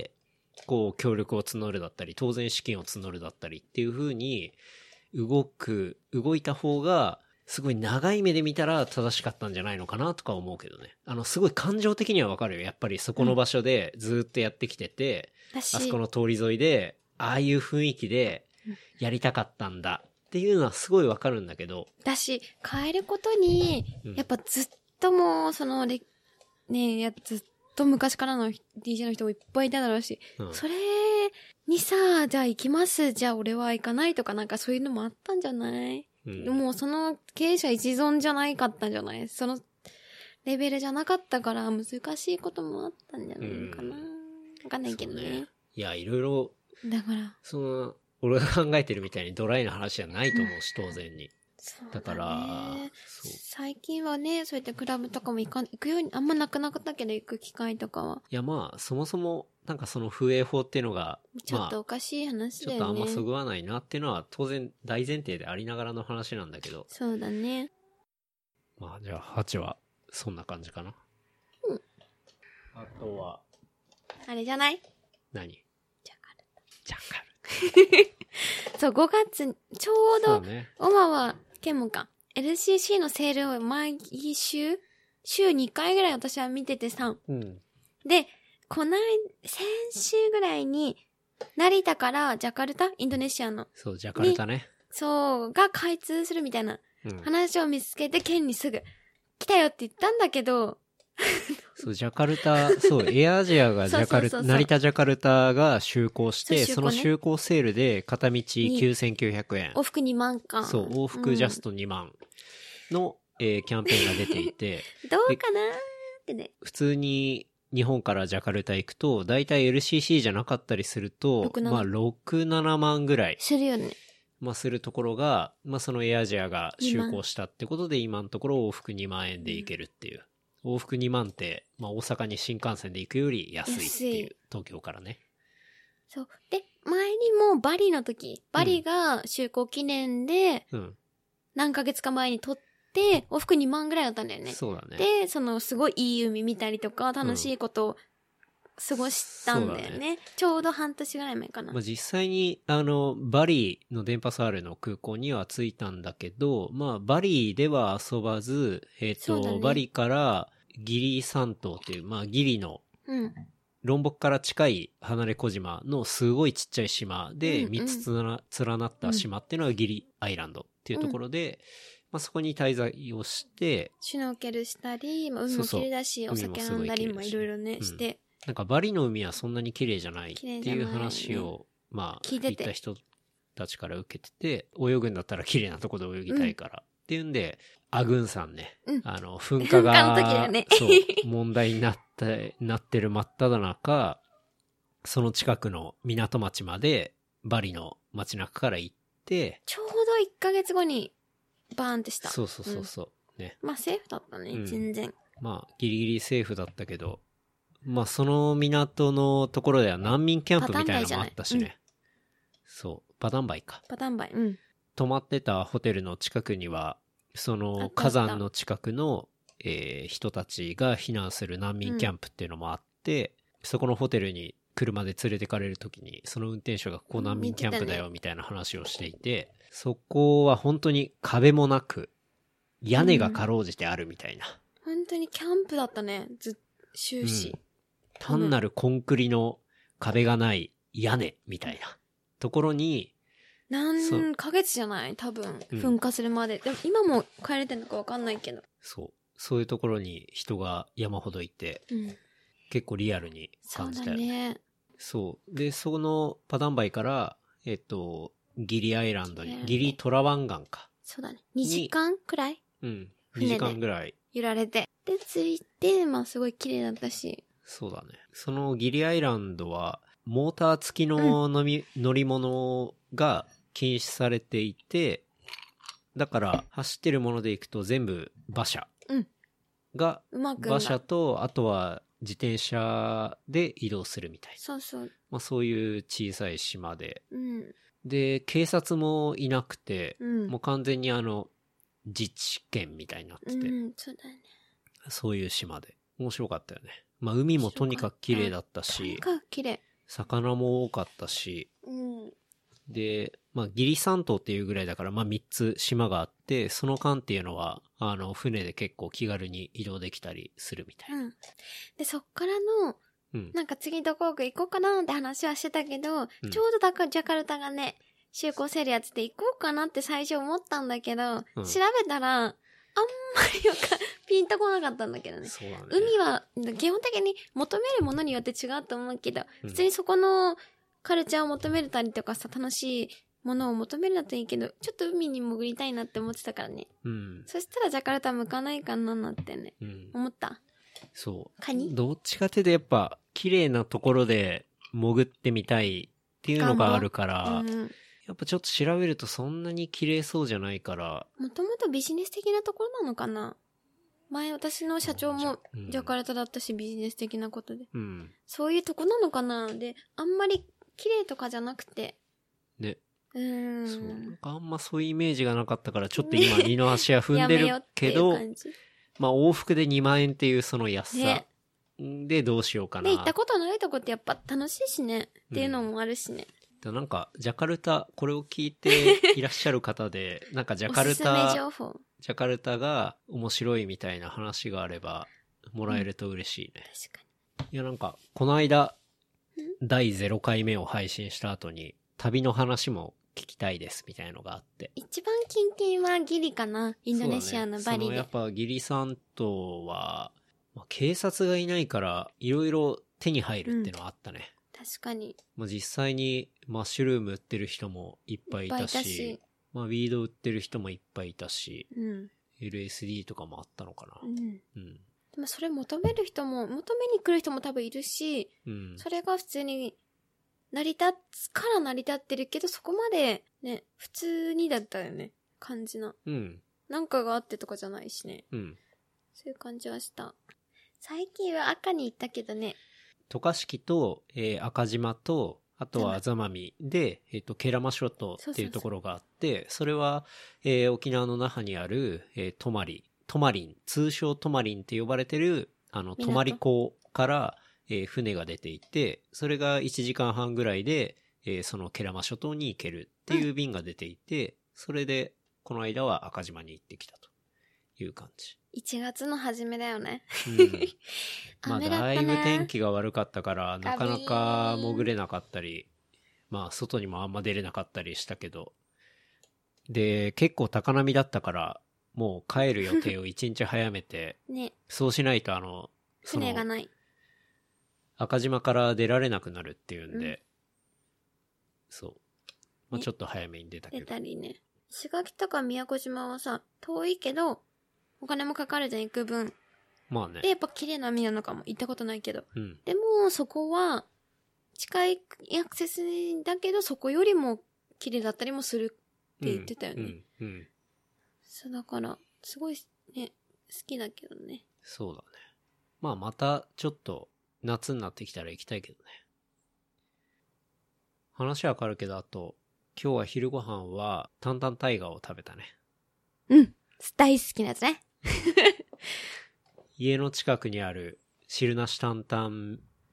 こう、協力を募るだったり、当然資金を募るだったりっていうふうに、動く、動いた方が、すごい長い目で見たら正しかったんじゃないのかなとか思うけどね。あの、すごい感情的にはわかるよ。やっぱりそこの場所でずっとやってきてて、うん、あそこの通り沿いで、ああいう雰囲気でやりたかったんだっていうのはすごいわかるんだけど。 だし、変えることに、やっぱずっともう、その、ねえ、やずっと昔からの ディージェー の人もいっぱいいただろうし、うん、それにさ、じゃあ行きます、じゃあ俺は行かないとかなんかそういうのもあったんじゃない？うん、もうその経営者一存じゃないかったんじゃない？そのレベルじゃなかったから難しいこともあったんじゃないかな。わ、うん、かんないけど ね, ね。 いや、いろいろ。 だから。 その、俺が考えてるみたいにドライな話じゃないと思うし、当然に。 そうだね、 だからそう、最近はね、そうやってクラブとかも行か、行くように、あんまなくなったけど行く機会とかは。 いやまあ、そもそも、なんかその風営法っていうのが、 ちょっとおかしい話だよね。 ちょっとあんまそぐわないなっていうのは当然大前提でありながらの話なんだけど。 そうだね。 まあじゃあはちはそんな感じかな。 うん。 あとは。 あれじゃない？ 何？ジャカルタ。 ジャカルタ。そう、ごがつ、ちょうど、ね、オマは、ケンモンか。エルシーシー のセールを毎週週にかいぐらい私は見ててさ。 うん。 で、こない、先週ぐらいに、成田からジャカルタ、インドネシアの。 そう、ジャカルタね。 そう、が開通するみたいな話を見つけて、ケンにすぐ来たよって言ったんだけど。 そう、ジャカルタ、そう、エアアジアがジャカルタ、成田ジャカルタが就航して、そ,、ね、その就航セールで片道きゅうせんきゅうひゃくえん。 往復にまんか。 そう、往復ジャストにまんの、うん、えー、キャンペーンが出ていて。 どうかなーってね。 普通に日本からジャカルタ行くと、だいたい エルシーシー じゃなかったりすると、まあろく、ななまんぐらい。 するよね。 まあするところが、まあそのエアアジアが就航したってことで、今のところ往復にまんえんで行けるっていう。うん、往復にまんって、まあ大阪に新幹線で行くより安いっていう、東京からね。 そう。で、前にもバリの時、バリが就航記念で、何ヶ月か前に撮って、で、往復にまんぐらいだったんだよね。 そうだね。 で、そのすごいいい海見たりとか、楽しいことを過ごしたんだよね。うん、ねちょうど半年ぐらい前かな。 まあ、実際に、あの、バリの電波サールの空港には着いたんだけど、まあ、バリでは遊ばず、えっと、ね、バリからギリ三島っていう、まあ、ギリの、 うん。 ロンボクから近い離れ小島のすごいちっちゃい島でみっつ連なった島っていうのがギリアイランドっていうところで、うんまあ、そこに滞在をして、 シュノーケルしたり、まあ、海も綺麗だし、そうそうお酒飲んだりもいろいろね、して、 うん。なんかバリの海はそんなに綺麗じゃないっていう話を、ね、まあ、 聞いてて行った人たちから受けてて、泳ぐんだったら綺麗なところで泳ぎたいから。うん、っていうんで、アグン山ね、うん、あの、噴火が、 噴火の時だね、 そう、問題になって、なってる真っ只中、その近くの港町まで、バリの街中から行って、 ちょうどいっかげつごに、バーンってした。 そうそうそうそう、うん、ね。 まあセーフだったね、うん、全然。 まあギリギリセーフだったけど、まあその港のところでは難民キャンプみたいなのもあったしね。うん、そう、パタンバイか。 パタンバイ、うん。 泊まってたホテルの近くには、その火山の近くの、えー、人たちが避難する難民キャンプっていうのもあって、うん、そこのホテルに車で連れてかれるときに、その運転手がここ難民キャンプだよみたいな話をしていて、そこは本当に壁もなく、屋根がかろうじてあるみたいな。 うん、本当にキャンプだったね、ず終始、うん。 単なるコンクリの壁がない屋根みたいなところに、 何ヶ月じゃない多分、噴火するまで。うん、でも今も帰れてるのかわかんないけど。 そう。そういうところに人が山ほどいて、うん、結構リアルに感じたよね。そうだね。そう。で、そのパダンバイから、えっと、ギリアイランドに、ギリトラワン岸か。 そうだね。にじかんくらいうん。にじかんぐらい。 揺られて。で、着いて、まあすごい綺麗だったし。 そうだね。そのギリアイランドは、モーター付きの乗り、うん、乗り物が禁止されていて、だから走ってるもので行くと全部馬車が、うん、馬車と、あとは自転車で移動するみたいな。 そうそう。 まあそういう小さい島で。 うん、 で、警察もいなくて、うん、もう完全にあの、自治県みたいになってて。 うん、そうだね。 そういう島で。面白かったよね。まあ海もとにかく綺麗だったし。とにかく綺麗。 魚も多かったし。 うん。 で、まあギリ三島っていうぐらいだから、まあ三つ島があって、その間っていうのは、あの、船で結構気軽に移動できたりするみたいな。 うん。で、そっからの、うん、なんか次どこ行こうかなって話はしてたけど、うん、ちょうどだからジャカルタがね、就航セールやってて行こうかなって最初思ったんだけど、うん、調べたら、あんまりよかピンとこなかったんだけどね。 そうだね。 海は基本的に求めるものによって違うと思うけど、うん、普通にそこのカルチャーを求めたりとかさ、楽しいものを求めるんだったらいいけど、ちょっと海に潜りたいなって思ってたからね。 うん。 そしたらジャカルタ向かないかななってね、うん、思った。 そう。 カニ？ どっちかっていうとやっぱ綺麗なところで潜ってみたいっていうのがあるから、うん、やっぱちょっと調べるとそんなに綺麗そうじゃないから。 もともとビジネス的なところなのかな？前私の社長もジャカルタだったし、うん、ビジネス的なことで、 うん。 そういうとこなのかな？で、あんまり綺麗とかじゃなくて。 ね。 うーん。 そう。なんかあんまそういうイメージがなかったから、ちょっと今二の足は踏んでるけど、まあ往復でにまんえんっていうその安さでどうしようかな。 で、行ったことないとこってやっぱ楽しいしね。っていうのもあるしね。 うん、なんか、ジャカルタ、これを聞いていらっしゃる方で、なんかジャカルタ、 おすすめ情報。 ジャカルタが面白いみたいな話があれば、もらえると嬉しいね。 うん、確かに。いやなんか、この間、だいゼロかいめを配信した後に、旅の話も聞きたいですみたいなのがあって。 一番近々はギリかな、インドネシアのバリで。 そのやっぱギリ三島は、まあ、警察がいないからいろいろ手に入るってのはあったね。 うん、確かに。 まあ、実際にマッシュルーム売ってる人もいっぱいいたし、いっぱいいたしまあ、ウィード売ってる人もいっぱいいたし、 うん、 エルエスディー とかもあったのかな。 うん。 うん、 でもそれ求める人も、求めに来る人も多分いるし、 うん、 それが普通に成り立つから成り立ってるけど、そこまでね、普通にだったよね。感じの。 うん。 なんかがあってとかじゃないしね。 うん。 そういう感じはした。最近は赤に行ったけどね。 渡嘉敷と、えー、赤島と、あとは座間味で、えっと、ケラマ諸島っていうところがあって、そうそうそうそれは、えー、沖縄の那覇にある、えー、泊り、泊りん、通称泊りんって呼ばれてる、あの、泊り港から、えー、船が出ていて、それがいちじかんはんぐらいで、えー、そのケラマ諸島に行けるっていう便が出ていて、うん、それで、この間は赤島に行ってきたという感じ。 いちがつの初めだよね。 うん、まあ、だいぶ天気が悪かったから、なかなか潜れなかったり、まあ、外にもあんま出れなかったりしたけど、で、結構高波だったから、もう帰る予定をいちにち早めて、 ね、 そうしないとあの、 その船がない。 赤島から出られなくなるっていうんで、うん、そう。まあ、ちょっと早めに出たけど。 出たりね。石垣とか宮古島はさ、遠いけど、お金もかかるじゃん、行く分。 まあね。 で、やっぱ綺麗な海なのかも。行ったことないけど。 うん、 でも、そこは、近いアクセスだけど、そこよりも綺麗だったりもするって言ってたよね。 うんうんうん、 そう、だから、すごいね、好きだけどね。 そうだね。まあ、また、ちょっと、夏になってきたら行きたいけどね。話は変わるけど、あと、今日は昼ご飯は、タンタンタイガーを食べたね。 うん。大好きなやつね。 家の近くにある汁なし担々麺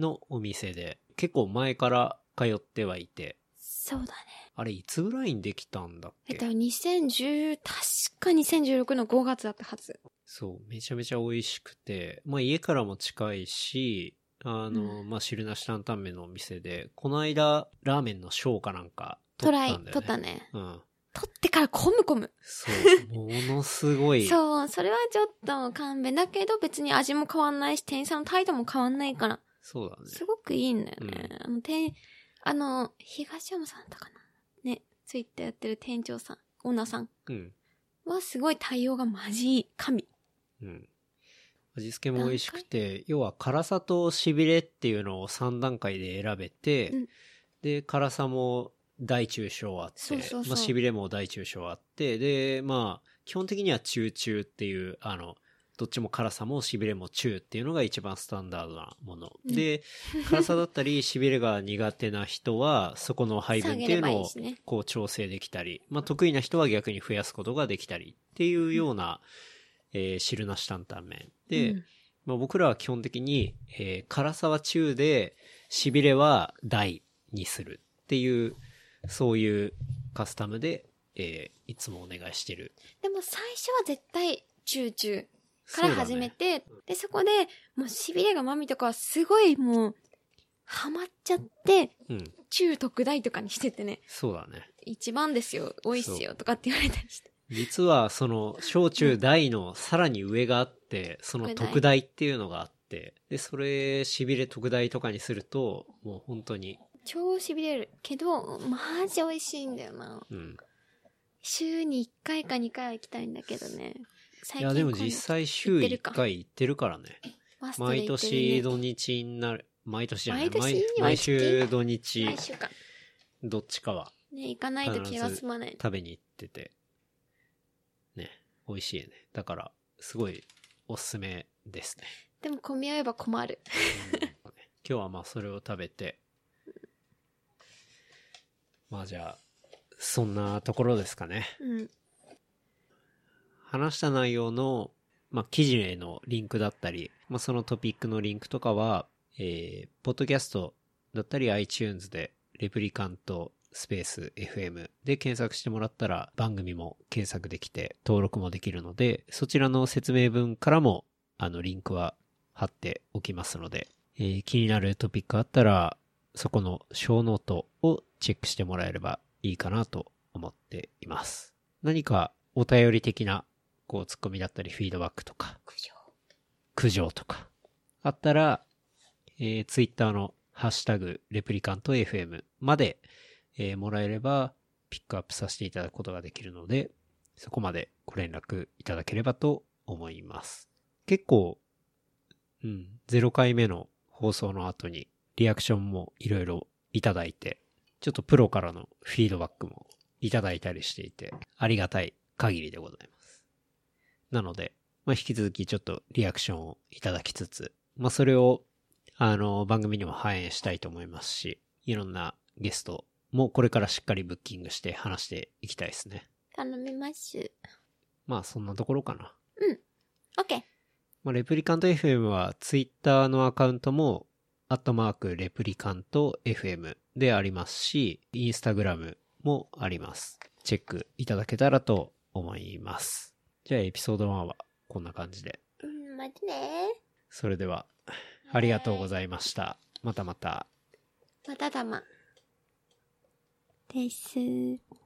のお店で、結構前から通ってはいて。 そうだね。 あれいつぐらいにできたんだっけ？ えっと、にせんじゅう、確かにせんじゅうろくのごがつだったはず。 そう、めちゃめちゃ美味しくて、まあ家からも近いし、あの、 うん、 まあ汁なし担々麺のお店で、この間、ラーメンのショーかなんか撮トライ、 ったんだよね。 取ったね。 うん。 取ってからコムコム。 そう、ものすごい。 そう、それはちょっと勘弁だけど別に味も変わんないし、店員さんの態度も変わんないから。 そうだね。 すごくいいんだよね。 うん、 あの、店、あの、東山さんだったかな。ね、ツイッターやってる店長さん、オーナーさん。うん。はすごい対応がマジいい。神。 うん。味付けも美味しくて、要は辛さとしびれっていうのをさん段階で選べて、うん、で、辛さも大中小あって、そうそうそう、まあ、しびれも大中小あって、で、まあ、基本的には中中っていう、あの、どっちも辛さもしびれも中っていうのが一番スタンダードなもの。うん、で、辛さだったりしびれが苦手な人は、そこの配分っていうのをこう調整できたり、まあ得意な人は逆に増やすことができたりっていうような、うん、えー、汁なし担々麺。で、うん、まあ、僕らは基本的に、えー、辛さは中で、しびれは大にするっていう、そういうカスタムで、えー、いつもお願いしてる。 でも最初は絶対中中から始めて、ね、で、そこでもうしびれがまみとかはすごいもう、ハマっちゃって、うん、中特大とかにしててね。 そうだね。 一番ですよ、多いっすよとかって言われたりして。 実はその小中大のさらに上があって、その特大っていうのがあって、で、それしびれ特大とかにすると、もう本当に。 超しびれるけど、マジ美味しいんだよな。うん。週にいっかいかにかいは行きたいんだけどね。 最近いやでも実際週いっかい行ってるからね。毎年土日になる。毎年じゃない。毎年毎週土日。毎週か。どっちかは。 ね、行かないと気が済まない。 食べに行ってて。ね、美味しいね。だから、すごいおすすめですね。 でも混み合えば困る。 うん、今日はまあそれを食べて。まあじゃあ、そんなところですかね。うん。話した内容の、まあ、記事へのリンクだったり、まあ、そのトピックのリンクとかは、えー、ポッドキャストだったり iTunes で、レプリカントスペース エフエム で検索してもらったら番組も検索できて登録もできるので、そちらの説明文からも、あの、リンクは貼っておきますので、えー、気になるトピックあったら、そこの小ノートをチェックしてもらえればいいかなと思っています。何かお便り的なこうツッコミだったりフィードバックとか苦情苦情とかあったら、えー、ツイッターのハッシュタグレプリカント エフエム まで、えー、もらえればピックアップさせていただくことができるので、そこまでご連絡いただければと思います。結構、うん、ゼロかいめの放送の後にリアクションもいろいろいただいて、ちょっとプロからのフィードバックもいただいたりしていて、ありがたい限りでございます。なので、まあ、引き続きちょっとリアクションをいただきつつ、まあ、それを、あの、番組にも反映したいと思いますし、いろんなゲストもこれからしっかりブッキングして話していきたいですね。 頼みます。 まあ、そんなところかな。 うん。OK。 まあ、レプリカント エフエム はツイッターのアカウントも、アットマークレプリカント エフエム でありますし、インスタグラムもあります。チェックいただけたらと思います。じゃあエピソードワンはこんな感じで。 うん、またね。 それでは、ありがとうございました。またまた。 まただま。です。